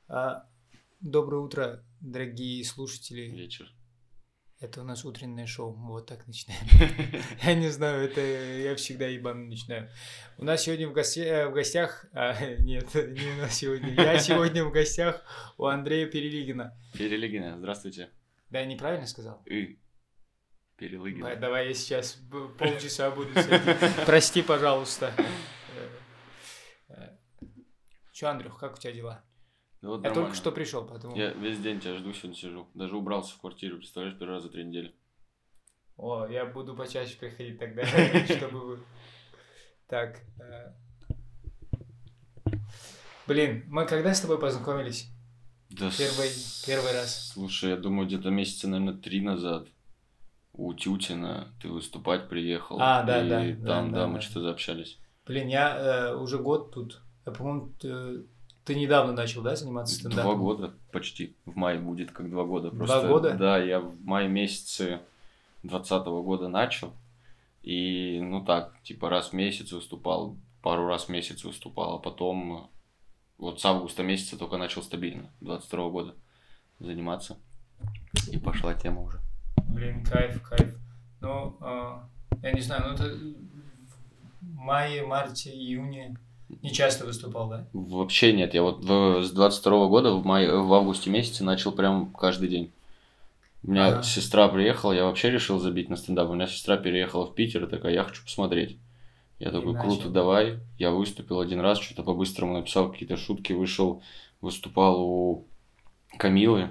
А, Доброе утро, дорогие слушатели. Вечер. Это у нас утреннее шоу. Вот так начинаем. Я не знаю, это я всегда ебано начинаю. У нас сегодня в гостях... нет, не у нас сегодня. Я сегодня в гостях у Андрея Перелигина. Перелыгина, здравствуйте. Да, я неправильно сказал? Перелыгина. Давай я сейчас полчаса буду сидеть. Прости, пожалуйста. Че, Андрюх, как у тебя дела? Да вот Я нормально. только что пришел, поэтому... Я весь день тебя жду, сегодня сижу. Даже убрался в квартиру, представляешь, первый раз за 3 недели. О, я буду почаще приходить тогда, чтобы вы... Так. Блин, мы когда с тобой познакомились? Да Первый раз. Слушай, я думаю, где-то месяца, наверное, 3 назад у Тютина ты выступать приехал. Да, и там, да, мы что-то заобщались. Блин, я уже год тут. Я, по-моему, ты недавно начал, да, заниматься стендапом? 2 года почти. В мае будет как 2 года. 2 года? Да, я в мае месяце 2020 года начал. И, так, типа раз в месяц выступал, пару раз в месяц выступал, а потом вот с августа месяца только начал стабильно, 22 года заниматься. И пошла тема уже. Блин, кайф. Ну, я не знаю, это в мае, марте, июне не часто выступал, да? Вообще нет, я вот с 22 года в августе месяце начал прям каждый день. У меня сестра приехала, я вообще решил забить на стендап. У меня сестра переехала в Питер и такая, я хочу посмотреть. Я такой, круто, давай. Я выступил один раз, что-то по-быстрому написал какие-то шутки, выступал у Камилы.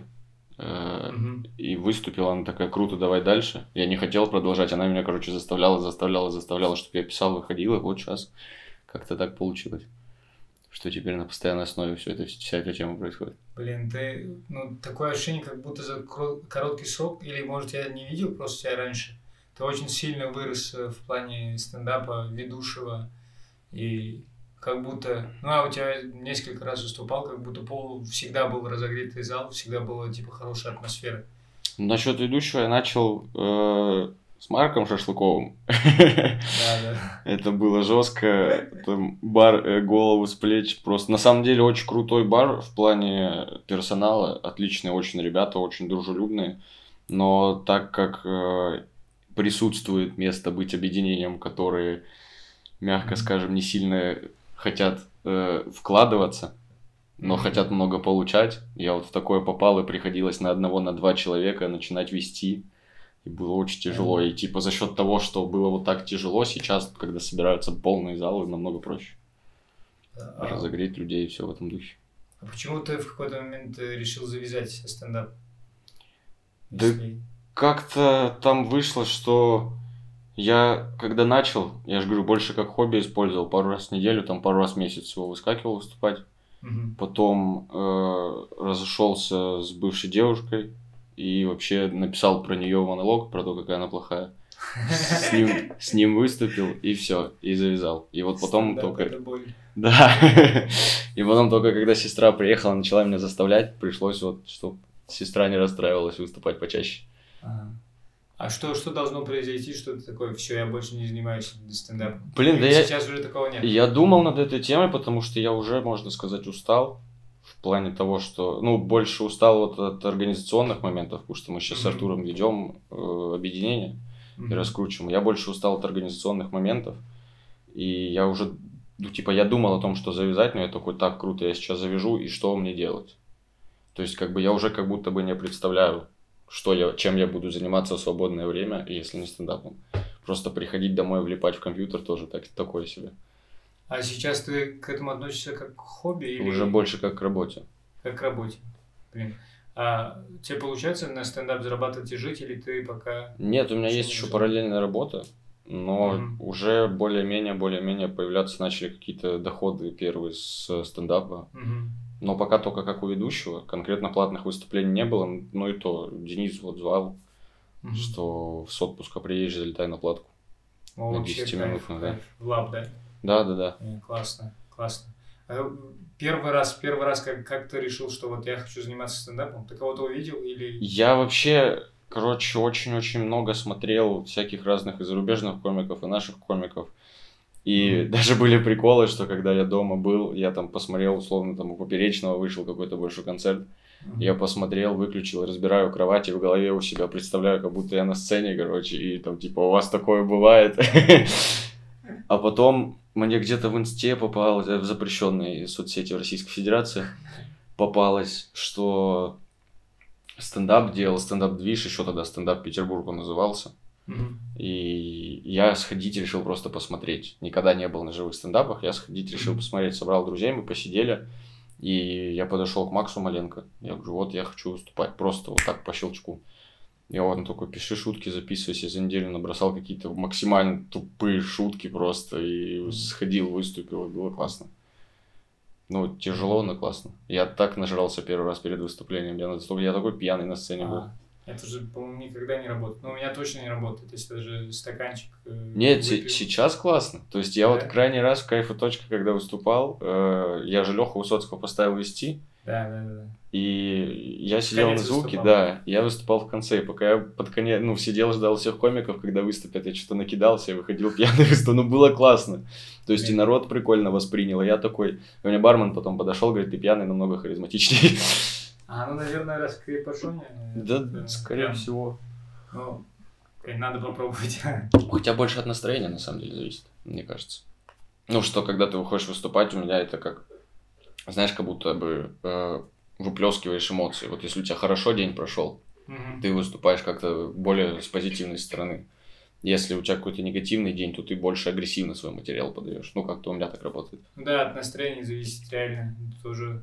И выступила, она такая, круто, давай дальше. Я не хотел продолжать, она меня, заставляла, чтобы я писал, выходил, и вот сейчас как-то так получилось, что теперь на постоянной основе вся эта тема происходит. Блин, такое ощущение, как будто за короткий срок, или, может, я не видел просто тебя раньше, ты очень сильно вырос в плане стендапа, ведущего, и как будто... у тебя несколько раз выступал, как будто всегда был разогретый зал, всегда была, хорошая атмосфера. Насчет ведущего я начал с Марком Шашлыковым. Да. Это было жестко. Там бар голову с плеч. Просто на самом деле очень крутой бар в плане персонала. Отличные очень ребята, очень дружелюбные. Но так как присутствует место быть объединением, которые, мягко скажем, не сильно хотят вкладываться, но хотят много получать. Я вот в такое попал, и приходилось на 1-2 человека начинать вести. И было очень тяжело. И за счет того, что было вот так тяжело, сейчас, когда собираются полные залы, намного проще. Разогреть людей и все в этом духе. А почему ты в какой-то момент решил завязать стендап? Да как-то там вышло, что я, когда начал, я же говорю, больше как хобби использовал, пару раз в неделю, там пару раз в месяц всего выскакивал выступать. Потом разошелся с бывшей девушкой и вообще написал про нее монолог, про то, какая она плохая. С ним выступил, и все, и завязал. И вот потом только... Да. И потом только, когда сестра приехала, начала меня заставлять, пришлось чтобы сестра не расстраивалась, выступать почаще. А что должно произойти, что ты такой, все, я больше не занимаюсь стендапом? Блин, сейчас уже такого нет. Я думал над этой темой, потому что я уже, можно сказать, устал. В плане того, что, больше устал от организационных моментов, потому что мы сейчас с Артуром ведем объединение и раскручиваем. Я больше устал от организационных моментов. И я уже, я думал о том, что завязать, но я такой, так, круто, я сейчас завяжу, и что мне делать? То есть, я уже как будто бы не представляю, чем я буду заниматься в свободное время, если не стендапом. Просто приходить домой, влипать в компьютер тоже такое себе. А сейчас ты к этому относишься как к хобби? Или... Уже больше как к работе. Как к работе. Блин. А тебе получается на стендап зарабатывать и жить, или ты пока... Нет, у меня есть еще параллельная работа, но уже более-менее появляться начали какие-то доходы первые с стендапа. Но пока только как у ведущего, конкретно платных выступлений не было, и то Денис звал, что с отпуска приезжай, залетай на платку. На 10 минут. В лаб, да? Да. Классно. А первый раз, как ты решил, что вот я хочу заниматься стендапом? Ты кого-то увидел или... Я вообще, очень-очень много смотрел всяких разных и зарубежных комиков, и наших комиков. И даже были приколы, что когда я дома был, я там посмотрел, условно, там у Поперечного вышел какой-то большой концерт, я посмотрел, выключил, разбираю кровать и в голове у себя представляю, как будто я на сцене, короче, и там типа у вас такое бывает. А потом мне где-то в инсте попалось, в запрещенной соцсети в Российской Федерации, попалось, что стендап делал, стендап-движ, еще тогда стендап Петербург он назывался. И я сходить решил просто посмотреть. Никогда не был на живых стендапах, я сходить решил посмотреть, собрал друзей, мы посидели. И я подошел к Максу Маленко. Я говорю, вот я хочу выступать просто вот так по щелчку. И он такой, пиши шутки, записывайся. За неделю набросал какие-то максимально тупые шутки просто. И сходил, выступил, и было классно. Ну, тяжело, но классно. Я так нажрался первый раз перед выступлением. Я такой пьяный на сцене был. Это же, по-моему, никогда не работает. Ну, у меня точно не работает, если даже стаканчик... Нет, сейчас классно. То есть я вот крайний раз в Кайф и Точка, когда выступал, я же Леху Высоцкого поставил вести. Да. И я сидел на звуке, да, я выступал в конце, и пока я под конец, сидел, ждал всех комиков, когда выступят, я что-то накидался, я выходил пьяный, было классно. То есть и народ прикольно воспринял, и я такой, у меня бармен потом подошел, говорит, ты пьяный, намного харизматичнее. Наверное, раз к Крепашоне. Да, скорее всего. Ну, надо попробовать. Хотя больше от настроения, на самом деле, зависит, мне кажется. Что когда ты выходишь выступать, у меня это как, знаешь, как будто бы выплескиваешь эмоции. Вот если у тебя хорошо день прошел, ты выступаешь как-то более с позитивной стороны. Если у тебя какой-то негативный день, то ты больше агрессивно свой материал подаешь. Как-то у меня так работает. Да, от настроения зависит реально. Тоже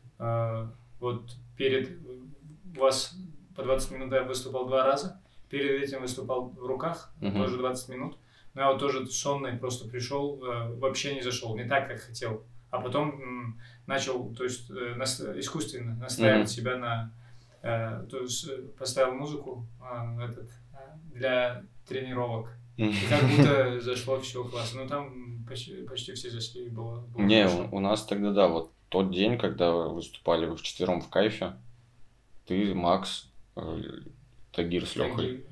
вот перед вас по 20 минут я выступал 2 раза. Перед этим выступал в руках, тоже 20 минут. Но я вот тоже сонный просто пришел, вообще не зашел, не так, как хотел. А потом начал, то есть искусственно настраивать себя на... то есть поставил музыку для тренировок. И как будто зашло все классно. Там почти все зашли, было Не, хорошо. у нас тогда, да, вот тот день, когда выступали вы вчетвером в Кайфе, ты, Макс, Тагир с Лехой.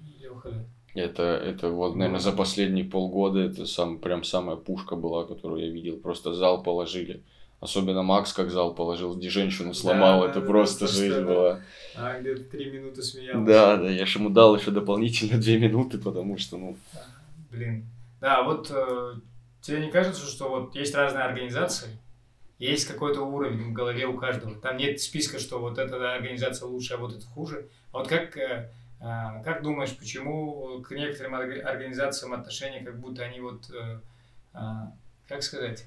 Это вот, наверное, за последние полгода это прям самая пушка была, которую я видел. Просто зал положили. Особенно Макс как зал положил, где женщину сломал, это просто жизнь была. Где-то 3 минуты смеялся. Да, я же ему дал еще дополнительно 2 минуты, потому что, Блин. Да, вот тебе не кажется, что вот есть разные организации, есть какой-то уровень в голове у каждого. Там нет списка, что вот эта организация лучше, а вот это хуже. А вот как думаешь, почему к некоторым организациям отношения, как будто они как сказать,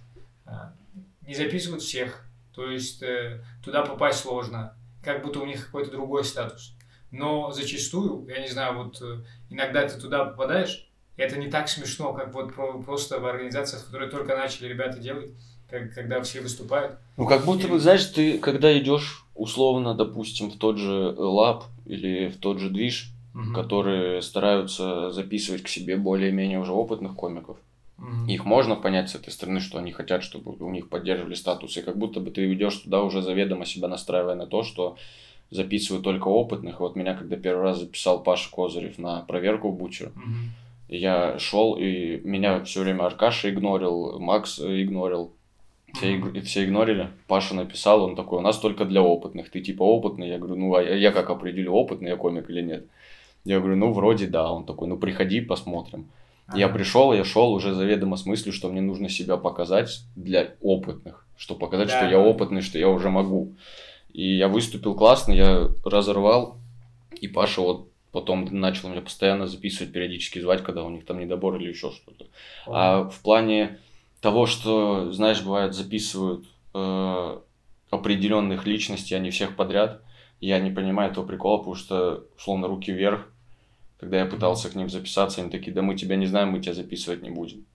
не записывают всех, то есть туда попасть сложно, как будто у них какой-то другой статус. Но зачастую, я не знаю, вот иногда ты туда попадаешь, и это не так смешно, как вот просто в организациях, которые только начали ребята делать, когда все выступают. Как будто бы, знаешь, ты когда идешь условно, допустим, в тот же лаб или в тот же движ, которые стараются записывать к себе более-менее уже опытных комиков, их можно понять с этой стороны, что они хотят, чтобы у них поддерживали статус, и как будто бы ты идешь туда уже заведомо себя настраивая на то, что записывают только опытных. Вот меня, когда первый раз записал Паша Козырев на проверку в Бучер, я шел, и меня все время Аркаша игнорил, Макс игнорил. Все игнорили. Паша написал, он такой, у нас только для опытных. Ты типа опытный? Я говорю, а я как определю, опытный я комик или нет? Я говорю, вроде да. Он такой, приходи, посмотрим. Я пришел, я шел уже заведомо с мыслью, что мне нужно себя показать для опытных. Что показать, что я опытный, что я уже могу. И я выступил классно, я разорвал. И Паша вот потом начал меня постоянно записывать, периодически звать, когда у них там недобор или еще что-то. А в плане того, что, знаешь, бывает, записывают определенных личностей, а не всех подряд, я не понимаю этого прикола, потому что, условно, руки вверх, когда я пытался к ним записаться, они такие, да мы тебя не знаем, мы тебя записывать не будем.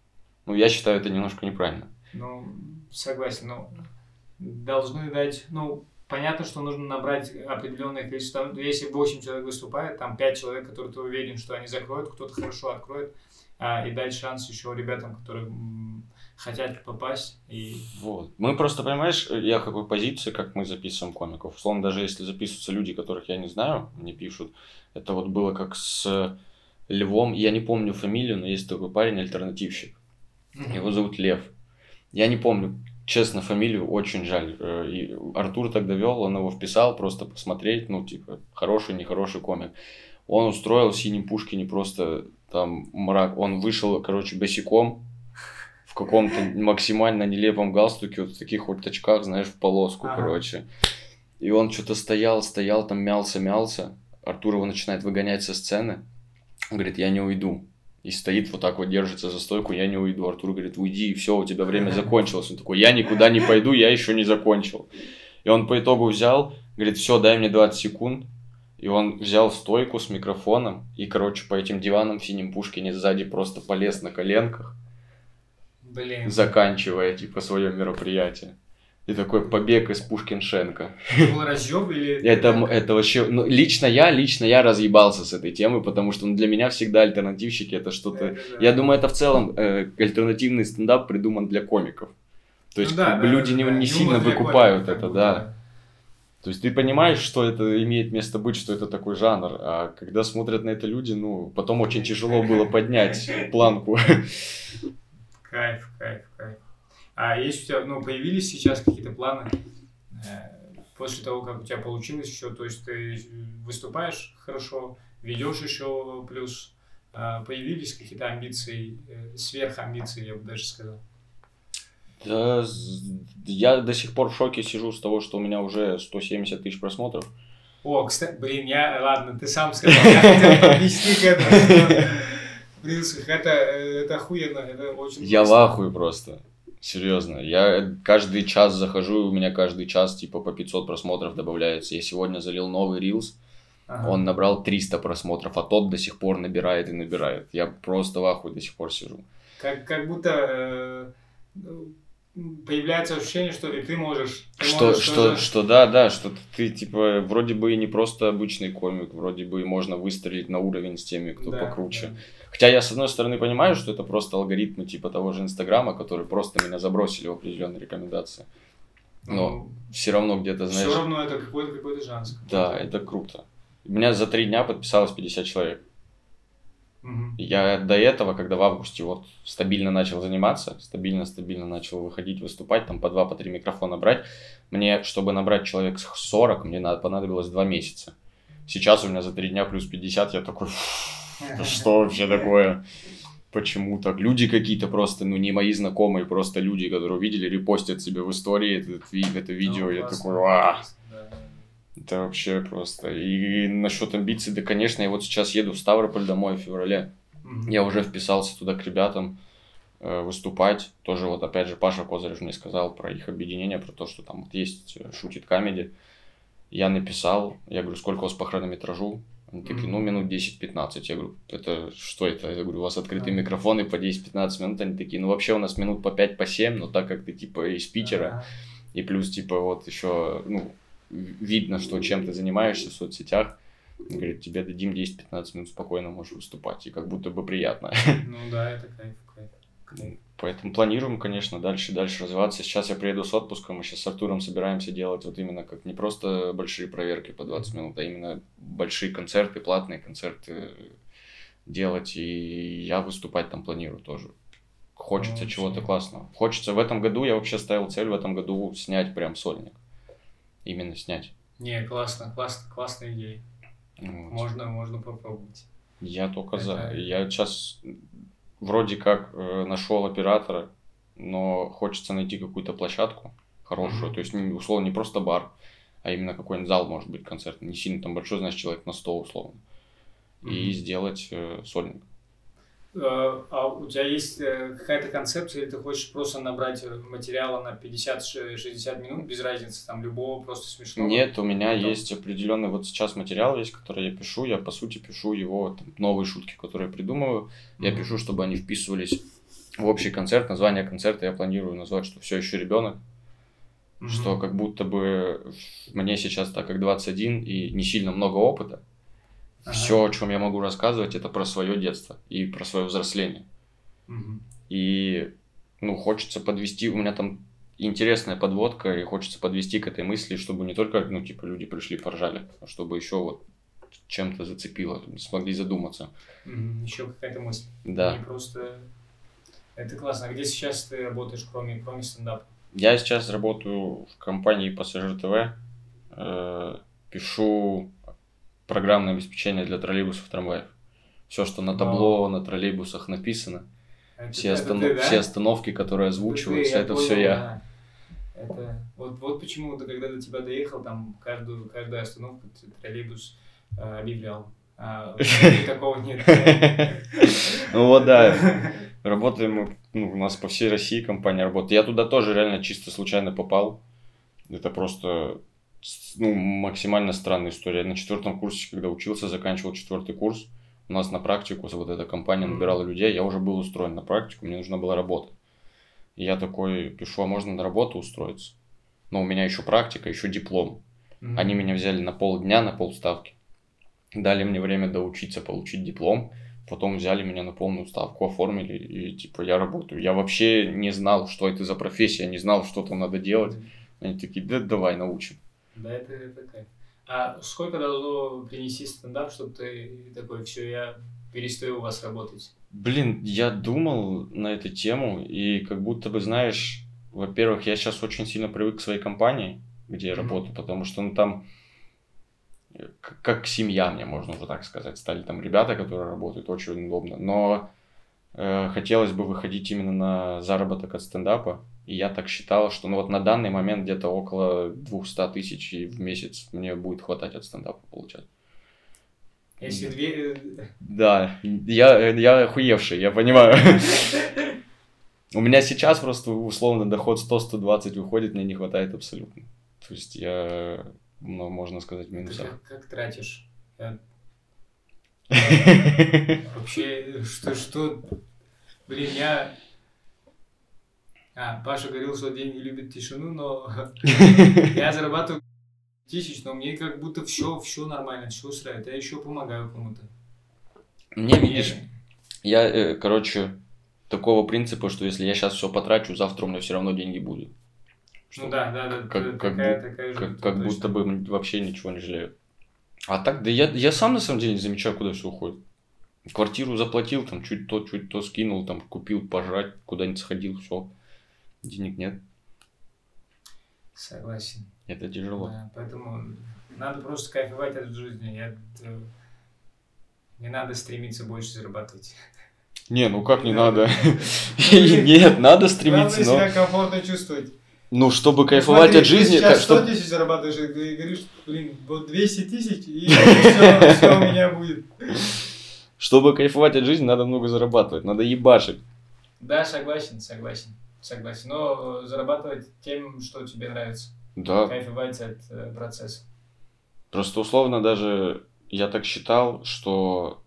Я считаю, это немножко неправильно. Согласен, должны дать, понятно, что нужно набрать определенное количество, если 8 человек выступает, там 5 человек, которые ты уверен, что они закроют, кто-то хорошо откроет, и дать шанс еще ребятам, которые хотят попасть. Вот. Мы просто, понимаешь, я какой позиции, как мы записываем комиков. Условно, даже если записываются люди, которых я не знаю, мне пишут. Это вот было как с Львом, я не помню фамилию, но есть такой парень, альтернативщик. Его зовут Лев. Я не помню, честно, фамилию, очень жаль. И Артур тогда вел, он его вписал, просто посмотреть, ну, типа, хороший, нехороший комик. Он устроил в Синем Пушкине просто там мрак. Он вышел, короче, босиком, в каком-то максимально нелепом галстуке, вот в таких вот очках, знаешь, в полоску, короче. И он что-то стоял, там мялся. Артур его начинает выгонять со сцены. Он говорит, я не уйду. И стоит вот так вот, держится за стойку, я не уйду. Артур говорит, уйди, все, у тебя время закончилось. Он такой, я никуда не пойду, я еще не закончил. И он по итогу взял, говорит, все, дай мне 20 секунд. И он взял стойку с микрофоном и, короче, по этим диванам в Синем Пушкине сзади просто полез на коленках, заканчивая, типа, свое мероприятие. И такой побег из Пушкиншенко. Это был разъеб или... Это вообще... Ну, лично я разъебался с этой темы, потому что для меня всегда альтернативщики это что-то... Да. Я думаю, это в целом альтернативный стендап придуман для комиков. То есть люди не сильно выкупают это, да. То есть ты понимаешь, что это имеет место быть, что это такой жанр, а когда смотрят на это люди, ну, потом очень тяжело было поднять планку. Кайф. А есть у тебя, ну, появились сейчас какие-то планы после того, как у тебя получилось все, то есть ты выступаешь хорошо, ведешь еще плюс, появились какие-то амбиции, сверхамбиции, я бы даже сказал? Да, я до сих пор в шоке сижу с того, что у меня уже 170 тысяч просмотров. О, кстати, ладно, ты сам сказал, я хотел подвести к этому. Блин, это охуенно, это очень... Я в ахуе просто. Серьезно, я каждый час захожу, у меня каждый час типа по 500 просмотров добавляется. Я сегодня залил новый рилс, он набрал 300 просмотров, а тот до сих пор набирает и набирает. Я просто в ахуе до сих пор сижу. Как будто появляется ощущение, что и ты можешь... Что ты типа вроде бы и не просто обычный комик, вроде бы можно выстрелить на уровень с теми, кто покруче. Да. Хотя я, с одной стороны, понимаю, что это просто алгоритмы типа того же Инстаграма, которые просто меня забросили в определенные рекомендации. Но все равно где-то, знаешь... Все равно это какой-то жанр. Да, это круто. У меня за 3 дня подписалось 50 человек. Я до этого, когда в августе вот стабильно начал заниматься, стабильно начал выходить, выступать, там по 2-3 микрофона брать, мне, чтобы набрать человек 40, мне понадобилось 2 месяца. Сейчас у меня за 3 дня плюс 50, я такой... Что вообще такое? Почему так? Люди какие-то просто, ну, не мои знакомые, просто люди, которые увидели, репостят себе в истории это видео, я такой, это вообще просто. И насчет амбиций, да, конечно, я вот сейчас еду в Ставрополь домой в феврале. Я уже вписался туда к ребятам выступать. Тоже вот опять же Паша Козырев мне сказал про их объединение, про то, что там вот есть Шутит Камеди. Я написал, я говорю, сколько у вас по хронометражу? Они такие, ну, минут 10-15. Я говорю, это что это? Я говорю, у вас открытые микрофоны по 10-15 минут. Они такие, ну, вообще у нас минут по 5-7, но так как ты, типа, из Питера, и плюс, типа, вот еще, ну, видно, что чем ты занимаешься в соцсетях, говорит, тебе дадим 10-15 минут спокойно можешь выступать, и как будто бы приятно. Ну, да, это кайф. Поэтому планируем, конечно, дальше развиваться. Сейчас я приеду с отпуска, мы сейчас с Артуром собираемся делать вот именно как не просто большие проверки по 20 минут, а именно большие концерты, платные концерты делать, и я выступать там планирую тоже. Хочется чего-то классного. Хочется в этом году, я вообще ставил цель в этом году снять прям сольник. Именно снять. Не, классная идея. Вот. Можно попробовать. Я только за. Я сейчас... Вроде как нашел оператора, но хочется найти какую-то площадку хорошую. То есть, условно, не просто бар, а именно какой-нибудь зал, может быть, концертный. Не сильно там большой, знаешь, человек на 100 условно. И сделать сольник. А у тебя есть какая-то концепция, или ты хочешь просто набрать материала на 50-60 минут, без разницы, там, любого, просто смешного? Нет, у меня есть определенный, вот сейчас материал есть, который я пишу, я, по сути, пишу его, там, новые шутки, которые я придумываю, я пишу, чтобы они вписывались в общий концерт, название концерта я планирую назвать, что все еще ребенок, что как будто бы мне сейчас, так как 21 и не сильно много опыта, все, о чем я могу рассказывать, это про свое детство и про свое взросление. И, ну, хочется подвести, у меня там интересная подводка, и хочется подвести к этой мысли, чтобы не только, ну, типа, люди пришли, поржали, а чтобы еще вот чем-то зацепило, смогли задуматься. Еще какая-то мысль. Да. Не просто Это классно. А где сейчас ты работаешь, кроме стендапа? Я сейчас работаю в компании Пассажир ТВ, пишу программное обеспечение для троллейбусов и трамваев. Все, что на табло, на троллейбусах написано, все остановки, которые озвучиваются, это все я. Да. Это вот почему когда до тебя доехал, там каждую остановку троллейбус объявлял. Такого нет. Ну вот да. Работаем мы, у нас по всей России компания работает. Я туда тоже реально чисто случайно попал. Это просто максимально странная история. Я на 4 курсе, когда учился, заканчивал 4 курс, у нас на практику вот эта компания набирала людей, я уже был устроен на практику, мне нужна была работа. И я такой пишу, а можно на работу устроиться? Но у меня еще практика, еще диплом. Они меня взяли на полдня, на полставки. Дали мне время доучиться, получить диплом. Потом взяли меня на полную ставку, оформили, и типа я работаю. Я вообще не знал, что это за профессия, не знал, что там надо делать. Они такие, да давай научим. Да, это кайф. А сколько должно принести стендап, чтобы ты такой, все, я перестаю у вас работать? Блин, я думал на эту тему, и как будто бы, знаешь, во-первых, я сейчас очень сильно привык к своей компании, где я работаю, потому что, там, как семья, мне можно уже так сказать, стали там ребята, которые работают, очень удобно, но хотелось бы выходить именно на заработок от стендапа, и я так считал, что, вот на данный момент где-то около 200 тысяч в месяц мне будет хватать от стендапа получать. Если две... Да, я охуевший, я понимаю. У меня сейчас просто условно доход 100-120 выходит, мне не хватает абсолютно. То есть я, можно сказать, в минусах. Как тратишь? Вообще, что... Блин, Паша говорил, что деньги любят тишину, но я зарабатываю 1000, но мне как будто все нормально, все устраивает. Я еще помогаю кому-то. Мне, видишь, я, такого принципа, что если я сейчас все потрачу, завтра у меня все равно деньги будут. Ну да, как будто бы вообще ничего не жалею. А так, да я сам на самом деле не замечаю, куда все уходит. Квартиру заплатил, там чуть то скинул, там купил пожрать, куда-нибудь сходил, все. Денег нет. Согласен. Это тяжело. Да, поэтому надо просто кайфовать от жизни. Не надо стремиться больше зарабатывать. Не, ну как не надо? Нет, надо стремиться, но... Надо себя комфортно чувствовать. Ну, чтобы кайфовать от жизни... Ты сейчас 100 тысяч зарабатываешь, и говоришь, блин, вот 200 тысяч, и все у меня будет. Чтобы кайфовать от жизни, надо много зарабатывать, надо ебашить. Да, согласен. Но зарабатывать тем, что тебе нравится. Да. Кайфовать от процесса. Просто условно даже я так считал, что...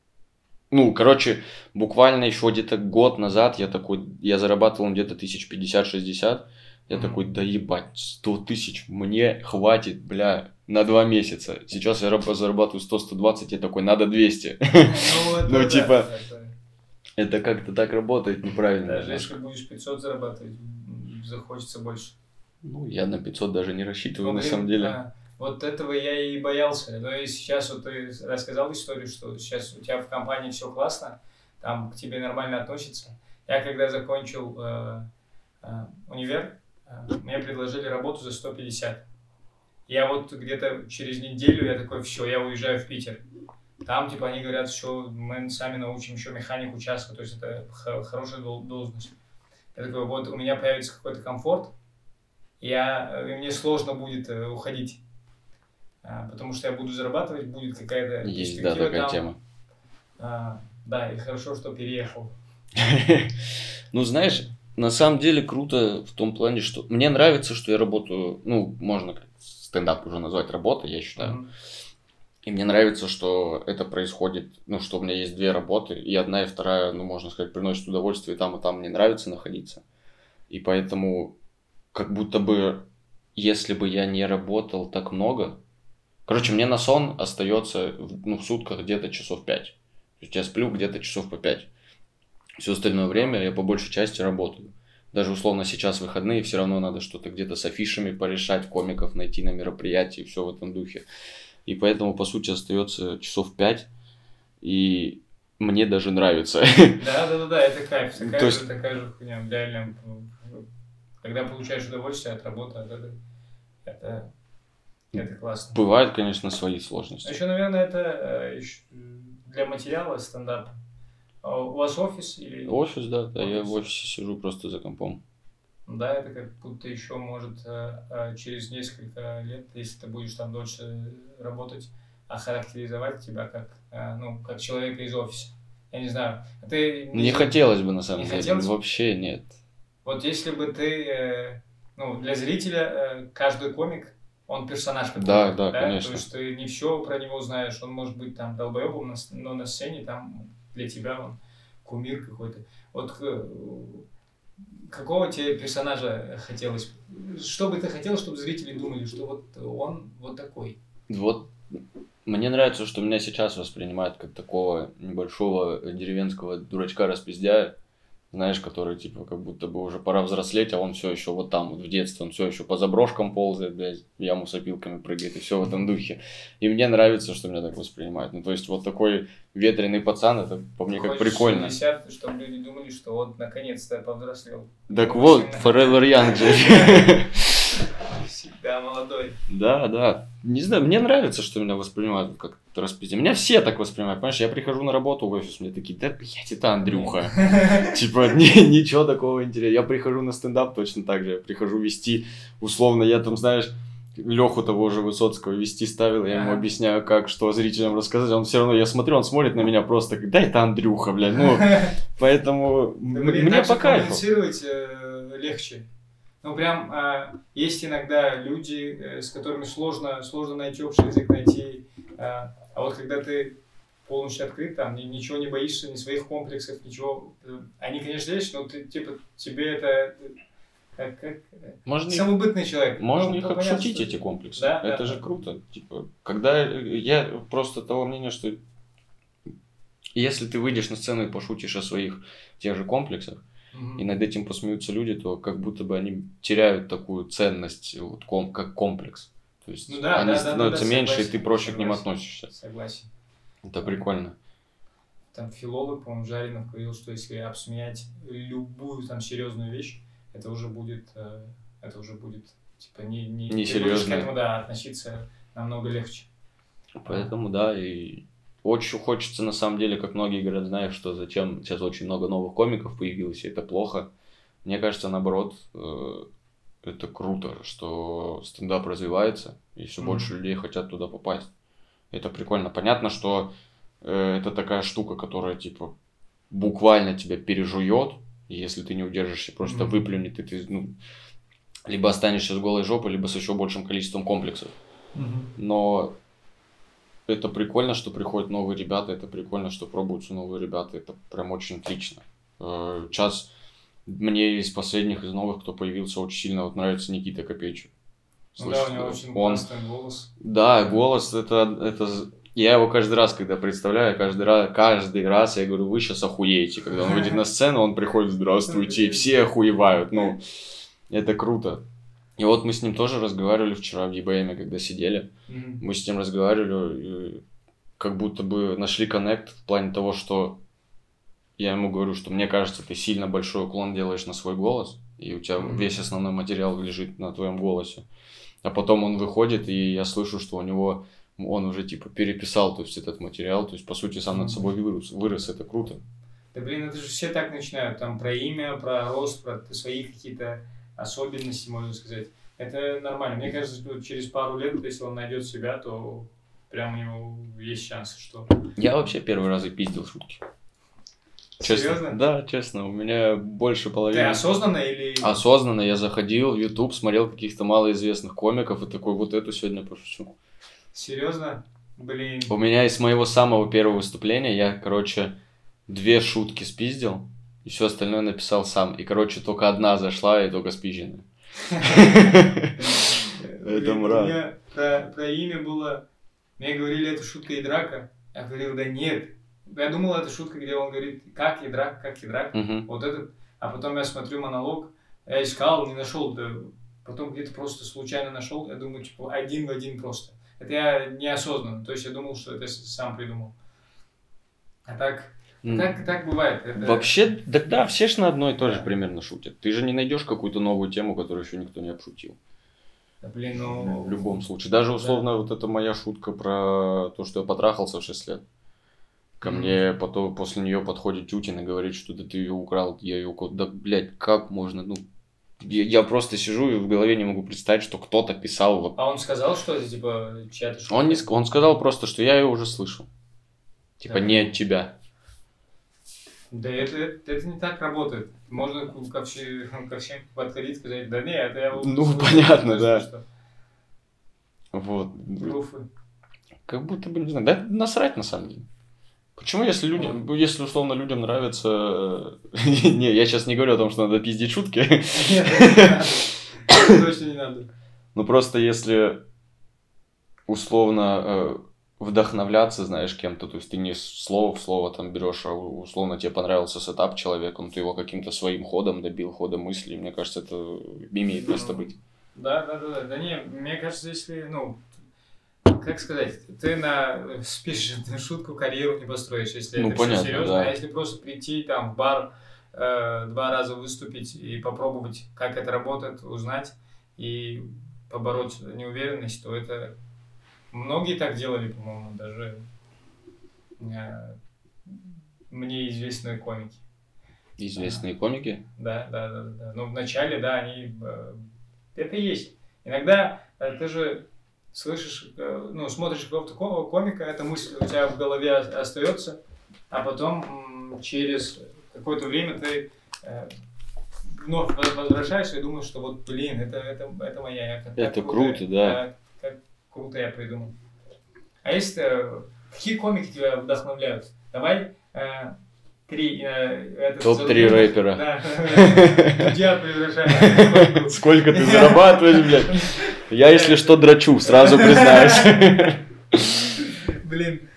буквально еще где-то год назад я зарабатывал где-то 1050-60. Я такой, да ебать, 100 тысяч мне хватит, бля, на 2 месяца. Сейчас я зарабатываю 100-120, я такой, надо 200. Это как-то так работает неправильно. Даже если будешь 500 зарабатывать, захочется больше. Я на 500 даже не рассчитываю, на самом деле. Да. Вот этого я и боялся. Но и сейчас вот ты рассказал историю, что сейчас у тебя в компании все классно, там к тебе нормально относятся. Я когда закончил универ, мне предложили работу за 150. Я вот где-то через неделю я такой, все, я уезжаю в Питер. Там, они говорят, что мы сами научим еще механик участка, то есть это хорошая должность. Я такой, вот у меня появится какой-то комфорт, и мне сложно будет уходить. Потому что я буду зарабатывать, будет какая-то есть, да, такая там. Тема. Да, и хорошо, что переехал. Знаешь, на самом деле круто в том плане, что мне нравится, что я работаю, можно стендап уже назвать работой, я считаю. И мне нравится, что это происходит, что у меня есть 2 работы, и одна, и вторая, можно сказать, приносит удовольствие, и там мне нравится находиться. И поэтому, как будто бы, если бы я не работал так много... мне на сон остается в сутках где-то часов 5. То есть я сплю где-то часов по 5. Все остальное время я по большей части работаю. Даже условно сейчас выходные, все равно надо что-то где-то с афишами порешать, комиков найти на мероприятии, все в этом духе. И поэтому, по сути, остается часов 5. И мне даже нравится. Да, это кайф. То есть- Такая же хуйня. Реально, когда получаешь удовольствие от работы, это классно. Бывают, конечно, свои А сложности. еще, наверное, это для материала стендап. А у вас офис или... Офис, да, я в Офис. офисе сижу просто за компом. Да, это как будто еще может через несколько лет, если ты будешь там дольше работать, охарактеризовать тебя как, как человека из офиса. Я не знаю. А ты Не хотелось бы, на самом Не деле, хотелось? вообще нет. Вот если бы ты, для зрителя каждый комик, он персонаж какой-то. Да, да, конечно. То есть ты не все про него знаешь, он может быть там долбоебом, но на сцене там для тебя он кумир какой-то. Вот какого тебе персонажа хотелось? Что бы ты хотел, чтобы зрители думали, что вот он вот такой? Вот мне нравится, что меня сейчас воспринимают как такого небольшого деревенского дурачка-распиздяя, знаешь, который, типа, как будто бы уже пора взрослеть, а он все еще вот там, вот в детстве, он все еще по заброшкам ползает, блядь, в яму с опилками прыгает, и все в этом духе. И мне нравится, что меня так воспринимают. Ну, то есть, вот такой ветреный пацан, это по мне как Хочешь прикольно. 60, чтобы люди думали, что вот наконец-то повзрослел. Так вот, Forever Young же. Всегда молодой. Да. Не знаю, мне нравится, что меня воспринимают как распиздяй. Меня все так воспринимают, понимаешь? Я прихожу на работу в офис, мне такие, да, блядь, это Андрюха. Типа, ничего такого интересного. Я прихожу на стендап точно так же. Я прихожу вести, условно, я там, знаешь, Леху того же Высоцкого вести ставил, я ему объясняю, как, что зрителям рассказать. Он все равно, я смотрю, он смотрит на меня просто, да, это Андрюха, блядь. Ну, поэтому мне по кайфу. Коммуницировать легче. Ну, прям есть иногда люди, с которыми сложно найти общий язык, найти. А вот когда ты полностью открыт, там, ничего не боишься, ни своих комплексов, ничего. Они, конечно, есть, но ты, типа, тебе это как самобытный человек. Можно их понятно, обшутить, что... эти комплексы. Да, это же круто. Типа, когда я просто того мнения, что если ты выйдешь на сцену и пошутишь о своих тех же комплексах, и над этим посмеются люди, то как будто бы они теряют такую ценность, вот, как комплекс. То есть они становятся меньше, согласен, и ты проще к ним относишься. Согласен. Это прикольно. Там филолог, по-моему, Жаринов говорил, что если обсмеять любую там серьезную вещь, это уже будет типа не серьезно. К этому, относиться намного легче. Поэтому, да, и очень хочется, на самом деле, как многие говорят, знаешь, что зачем сейчас очень много новых комиков появилось, и это плохо. Мне кажется, наоборот, это круто, что стендап развивается, и все больше людей хотят туда попасть. Это прикольно. Понятно, что это такая штука, которая, типа, буквально тебя пережует, если ты не удержишься, просто выплюнет, и ты, либо останешься с голой жопой, либо с еще большим количеством комплексов. Но это прикольно, что приходят новые ребята, это прикольно, что пробуются новые ребята, это прям очень отлично. Сейчас мне из последних, из новых, кто появился, очень сильно вот нравится Никита Копейчук. Да, у него очень классный голос. Да, голос, это... Я его каждый раз, когда представляю, каждый раз я говорю, вы сейчас охуеете. Когда он выйдет на сцену, он приходит, здравствуйте, и все охуевают. Это круто. И вот мы с ним тоже разговаривали вчера в ЕБМе, когда сидели. Мы с ним разговаривали, и как будто бы нашли коннект в плане того, что я ему говорю, что мне кажется, ты сильно большой уклон делаешь на свой голос, и у тебя весь основной материал лежит на твоем голосе. А потом он выходит, и я слышу, что он уже типа переписал, то есть, этот материал, то есть, по сути, сам над собой вырос, это круто. Да блин, это же все так начинают, там про имя, про рост, про свои какие-то особенности, можно сказать. Это нормально. Мне кажется, что через пару лет, если он найдет себя, то прям у него есть шансы, что... Я вообще первый раз и пиздил шутки. Честно? Серьезно? Да, честно. У меня больше половины... Ты осознанно или... Осознанно. Я заходил в YouTube, смотрел каких-то малоизвестных комиков и такой, вот эту сегодня пошучу. Серьезно? Блин. У меня из моего самого первого выступления я, 2 шутки спиздил, и все остальное написал сам. И, только одна зашла, и только спизженная. Это мрак. У меня про имя было... Мне говорили, это шутка и драка. Я говорил, да нет. Я думал, это шутка, где он говорит, как и драка. Вот этот. А потом я смотрю монолог, я искал, не нашел. Да. Потом где-то просто случайно нашел. Я думаю, типа, один в один просто. Это я неосознанно. То есть я думал, что это сам придумал. А так... Так бывает. Вообще, да, все ж на одно и то же примерно шутят. Ты же не найдешь какую-то новую тему, которую еще никто не обшутил. Да, блин, ну... В любом случае. Даже условно вот эта моя шутка про то, что я потрахался в 6 лет. Ко мне потом, после нее подходит Тютин и говорит, что да ты ее украл, я ее... Да, блядь, как можно? Ну, я просто сижу и в голове не могу представить, что кто-то писал вот... А он сказал, что это, типа, чья-то шутка? Он сказал просто, что я ее уже слышал. Типа, Да. не от тебя. Да это не так работает. Можно ко всем подходить и сказать, да нет, это я... Ну, слышал, понятно, что- да. что- Вот. Пруфы. Как будто бы, не знаю, да насрать на самом деле. Почему, если людям, если условно людям нравится... Не, я сейчас не говорю о том, что надо пиздить шутки. Нет, это не надо. Точно не надо. Ну, просто если условно вдохновляться, знаешь, кем-то, то есть ты не слово в слово там берешь, а условно тебе понравился сетап человека, но ты его каким-то своим ходом добил, ходом мыслей, мне кажется, это имеет место быть. Да. Да не, мне кажется, если, ну, как сказать, ты спишешь на шутку, карьеру не построишь, если Ну, это понятно, все серьезно. да. А если просто прийти там в бар, 2 раза выступить и попробовать, как это работает, узнать и побороть неуверенность, то это многие так делали, по-моему, даже мне известные комики. Известные комики. Да. Но вначале, да, они... Это есть. Иногда ты же слышишь, ну, смотришь какого-то комика, эта мысль у тебя в голове остается, а потом через какое-то время ты вновь возвращаешься и думаешь, что вот, блин, это моя. Это круто, да. Как круто я придумал. А если какие комики тебя вдохновляют? Давай 3... Топ-3 рэпера. Да. Дудя превращается. Сколько ты зарабатываешь, блядь? Я, если что, дрочу, сразу признаюсь. Блин,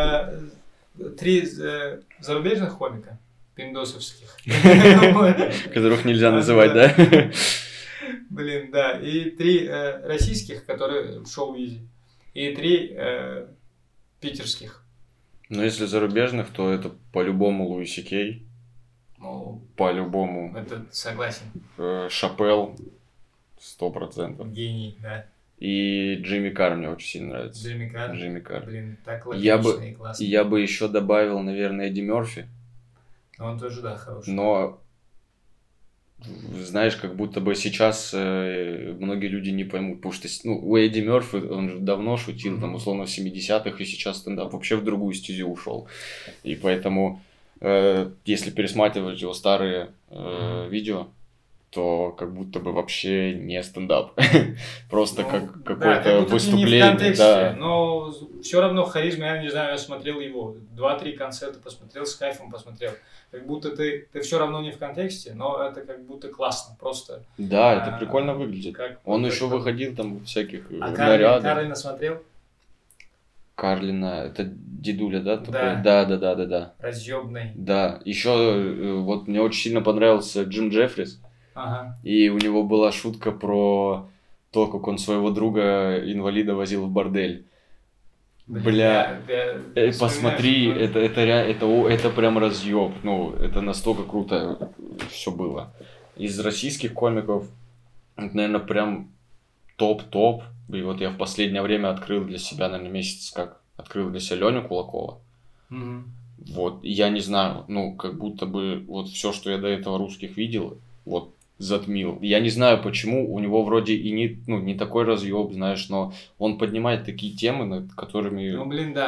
3 зарубежных комика, пиндосовских. Которых нельзя называть, да? Блин, да. И 3 российских, которые в шоу-визе. И 3 питерских. Но если зарубежных, то это по-любому Луиси Кей. Ну, По-любому. это согласен. Шапел. 100%. Гений, да. И Джимми Карр мне очень сильно нравится. Джимми Карр. Блин, так Я логично и классно. Я бы еще добавил, наверное, Эдди Мерфи. Он тоже, да, хороший. Но, знаешь, как будто бы сейчас многие люди не поймут, потому что, ну, у Эдди Мерфи, он же давно шутил, там, условно, в 70-х, и сейчас стендап вообще в другую стезю ушел. И поэтому, если пересматривать его старые видео, то как будто бы вообще не стендап. Просто Ну, как да, какое-то как будто ты не в выступление. контексте, Да. но все равно харизма, я не знаю, я смотрел его, 2-3 концерта посмотрел, с кайфом посмотрел. Как будто ты все равно не в контексте, но это как будто классно, просто. Да, это прикольно выглядит. Он как- еще выходил там в всяких А нарядах. Карлина смотрел? Карлина, это дедуля, да? Такой? Да. Да. Разъебный. Да, еще вот мне очень сильно понравился Джим Джеффрис, Ага. и у него была шутка про то, как он своего друга-инвалида возил в бордель. Бля, посмотри, это прям разъеб, ну, это настолько круто все было. Из российских комиков, это, наверное, прям топ-топ, и вот я в последнее время открыл для себя, наверное, месяц как, открыл для себя Леню Кулакова. Мгм. Вот, я не знаю, ну, как будто бы вот все, что я до этого русских видел, вот, затмил. Я не знаю, почему, у него вроде и не такой разъеб, знаешь, но он поднимает такие темы, над которыми... Ну, блин, да.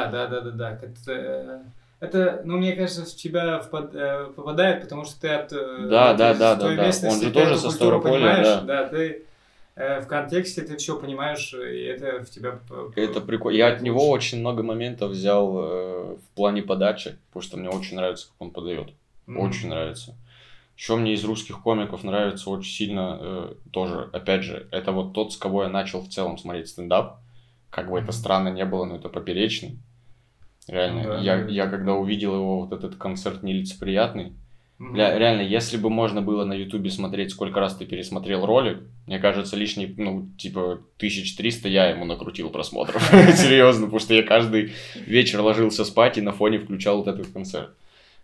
Это, ну, мне кажется, в тебя попадает, потому что ты от Да. той местности, Он же ты тоже эту со культуру Ставрополя, понимаешь, да. ты в контексте ты все понимаешь, и это в тебя... Это прикольно. Я от него очень много моментов взял в плане подачи, потому что мне очень нравится, как он подает. Очень нравится. Еще мне из русских комиков нравится очень сильно тоже, опять же, это вот тот, с кого я начал в целом смотреть стендап. Как бы это странно не было, но это Поперечный. Реально, Да. я когда увидел его, вот этот концерт нелицеприятный, реально, если бы можно было на Ютубе смотреть, сколько раз ты пересмотрел ролик, мне кажется, лишний, 1300 я ему накрутил просмотров. Серьезно, потому что я каждый вечер ложился спать и на фоне включал вот этот концерт.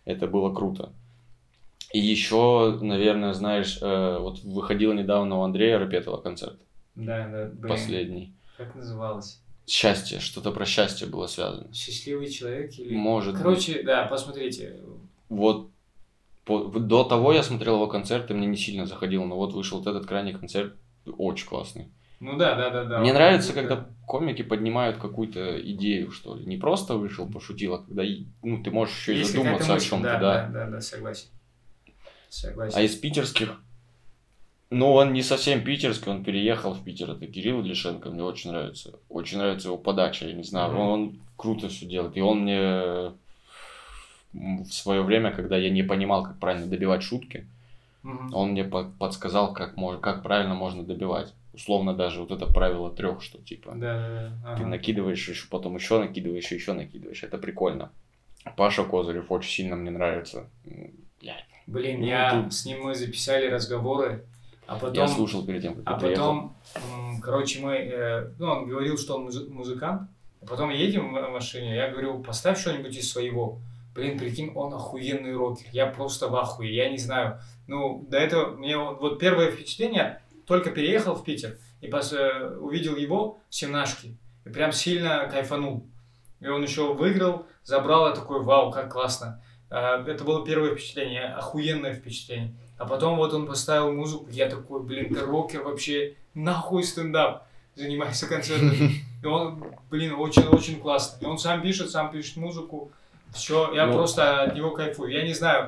Это было круто. И еще, наверное, знаешь, вот выходил недавно у Андрея Рапетова концерт. Да, блин. Последний. Как называлось? Счастье, что-то про счастье было связано. Счастливый человек или... Может Короче, быть. да, посмотрите. Вот до того я смотрел его концерты, мне не сильно заходило, но вот вышел вот этот крайний концерт, очень классный. Ну да. Мне нравится, когда комики поднимают какую-то идею, что ли. Не просто вышел, пошутил, а когда ты можешь еще и Есть задуматься о мысль, чем-то, да, согласен. А из питерских, он не совсем питерский, он переехал в Питер, это Кирилл Ильишенко, мне очень нравится. Очень нравится его подача, я не знаю, он круто все делает. И он мне в свое время, когда я не понимал, как правильно добивать шутки, он мне подсказал, как правильно можно добивать. Условно даже вот это правило 3, что типа ты накидываешь, еще потом еще накидываешь, еще накидываешь. Это прикольно. Паша Козырев очень сильно мне нравится. Блин, с ним мы записали разговоры, а потом... Я слушал перед тем, как я приехал. Короче, он говорил, что он музыкант, а потом едем в машине, я говорю, поставь что-нибудь из своего. Блин, прикинь, он охуенный рокер, я просто в ахуе, я не знаю. До этого мне вот первое впечатление, только переехал в Питер и увидел его в Семнашке и прям сильно кайфанул. И он еще выиграл, забрал, я такой, вау, как классно. Это было первое впечатление, охуенное впечатление. А потом вот он поставил музыку, я такой, блин, ты рокер вообще, нахуй стендап, занимайся концертами. И он, блин, очень-очень классно. И он сам пишет музыку, все, я просто от него кайфую. Я не знаю,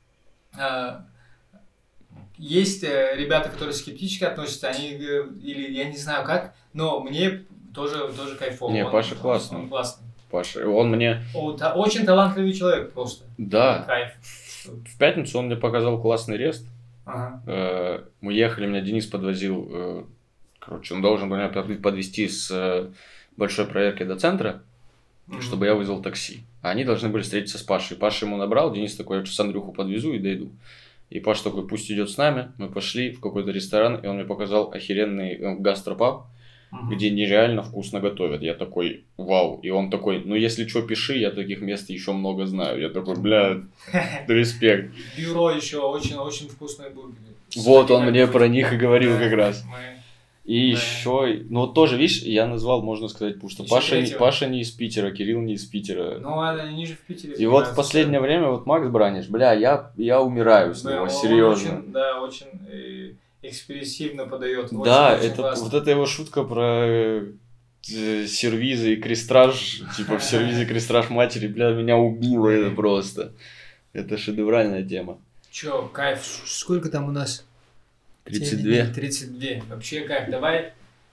есть ребята, которые скептически относятся, они, или я не знаю как, но мне тоже кайфово. Не, Паша классный. Он классный. Паша, он мне... Очень талантливый человек просто. Да. Кайф. В пятницу он мне показал классный рест. Ага. Мы ехали, меня Денис подвозил. Короче, он должен был меня подвезти с большой проверки до центра, чтобы я вызвал такси. А они должны были встретиться с Пашей. Паша ему набрал, Денис такой, я сейчас Андрюху подвезу и дойду. И Паша такой, пусть идет с нами. Мы пошли в какой-то ресторан, и он мне показал охеренный гастропаб, где нереально вкусно готовят. Я такой, вау. И он такой, если что, пиши, я таких мест еще много знаю. Я такой, бля, респект. Бюро еще очень вкусные бургеры. Вот он мне про них и говорил как раз. И еще, тоже, видишь, я назвал, можно сказать, потому что Паша не из Питера, Кирилл не из Питера. Они же в Питере. И вот в последнее время, Макс Бранич, бля, я умираю с него, серьезно. Очень экспрессивно подает. Да, вот эта его шутка про сервизы и крестраж, типа в сервизе крестраж матери, бля, меня убило это просто. Это шедевральная тема. Че, кайф, сколько там у нас? 32. 32. Вообще кайф. Давай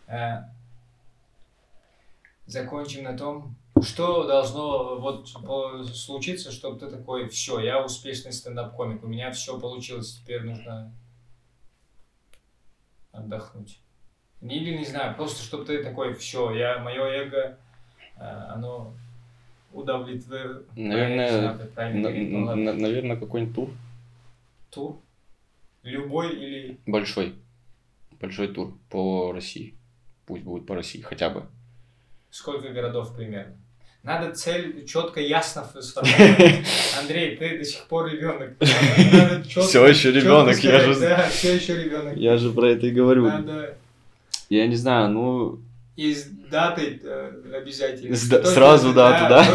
закончим на том, что должно случиться, чтобы ты такой, все, я успешный стендап-комик, у меня все получилось, теперь нужно отдохнуть. Или не знаю, просто чтобы ты такой, все, мое эго, оно удовлетворено. Наверное, какой-нибудь тур. Тур? Любой или... Большой тур по России. Пусть будет по России, хотя бы. Сколько городов примерно? Надо цель четко, ясно сформулировать. Андрей, ты до сих пор ребенок. Все еще ребенок, Да, все еще ребенок. Я же про это и говорю. Надо... Я не знаю, И с датой обязательно. Сразу дату, да?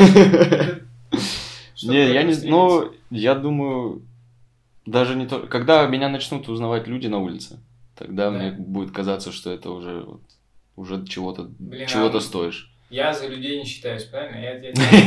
Не, я думаю... Даже не то, когда меня начнут узнавать люди на улице, тогда мне будет казаться, что это уже чего-то стоишь. Я за людей не считаюсь, правильно?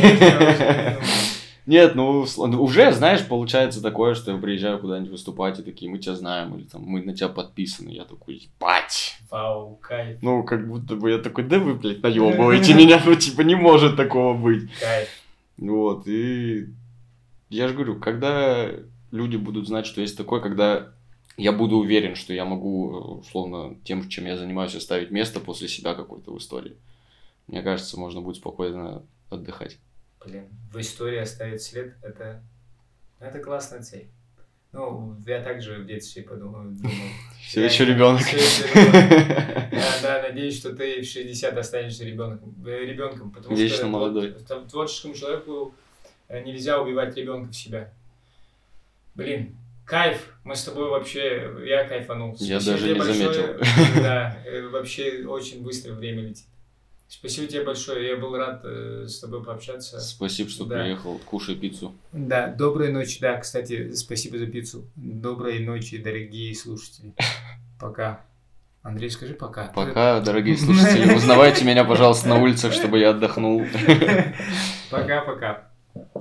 Нет, уже, знаешь, получается такое, что я приезжаю куда-нибудь выступать, и такие, мы тебя знаем, или там, мы на тебя подписаны. Я такой, ебать. Вау, кайф. Как будто бы я такой, да вы, блядь, наебываете меня, не может такого быть. Кайф. Вот, и я же говорю, когда... люди будут знать, что есть такое, когда я буду уверен, что я могу, условно, тем, чем я занимаюсь, оставить место после себя какой-то в истории. Мне кажется, можно будет спокойно отдыхать. Блин, в истории оставить след, это классная цель. Я также в детстве думал. Все еще ребенок. Да, надеюсь, что ты в 60 останешься ребенком. Потому вечно молодой. Творческому человеку нельзя убивать ребенка в себя. Блин, кайф. Мы с тобой вообще... Я кайфанул. Я Спасибо даже тебе не большое. заметил. Да, вообще очень быстро время летит. Спасибо тебе большое. Я был рад с тобой пообщаться. Спасибо, что Да. приехал. Кушай пиццу. Да, доброй ночи. Да, кстати, спасибо за пиццу. Доброй ночи, дорогие слушатели. Пока. Андрей, скажи пока. Пока, дорогие слушатели. Узнавайте меня, пожалуйста, на улицах, чтобы я отдохнул. Пока-пока.